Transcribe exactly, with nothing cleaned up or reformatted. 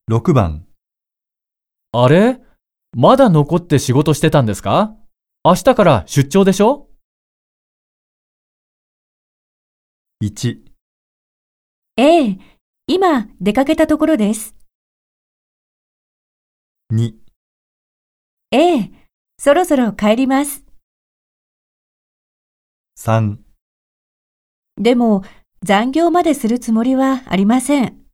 ろくばん、 あれ、まだ残って仕事してたんですか？明日から出張でしょ？ いち、 ええ、今出かけたところです。 に、 ええ、そろそろ帰ります。 さん、 でも残業までするつもりはありません。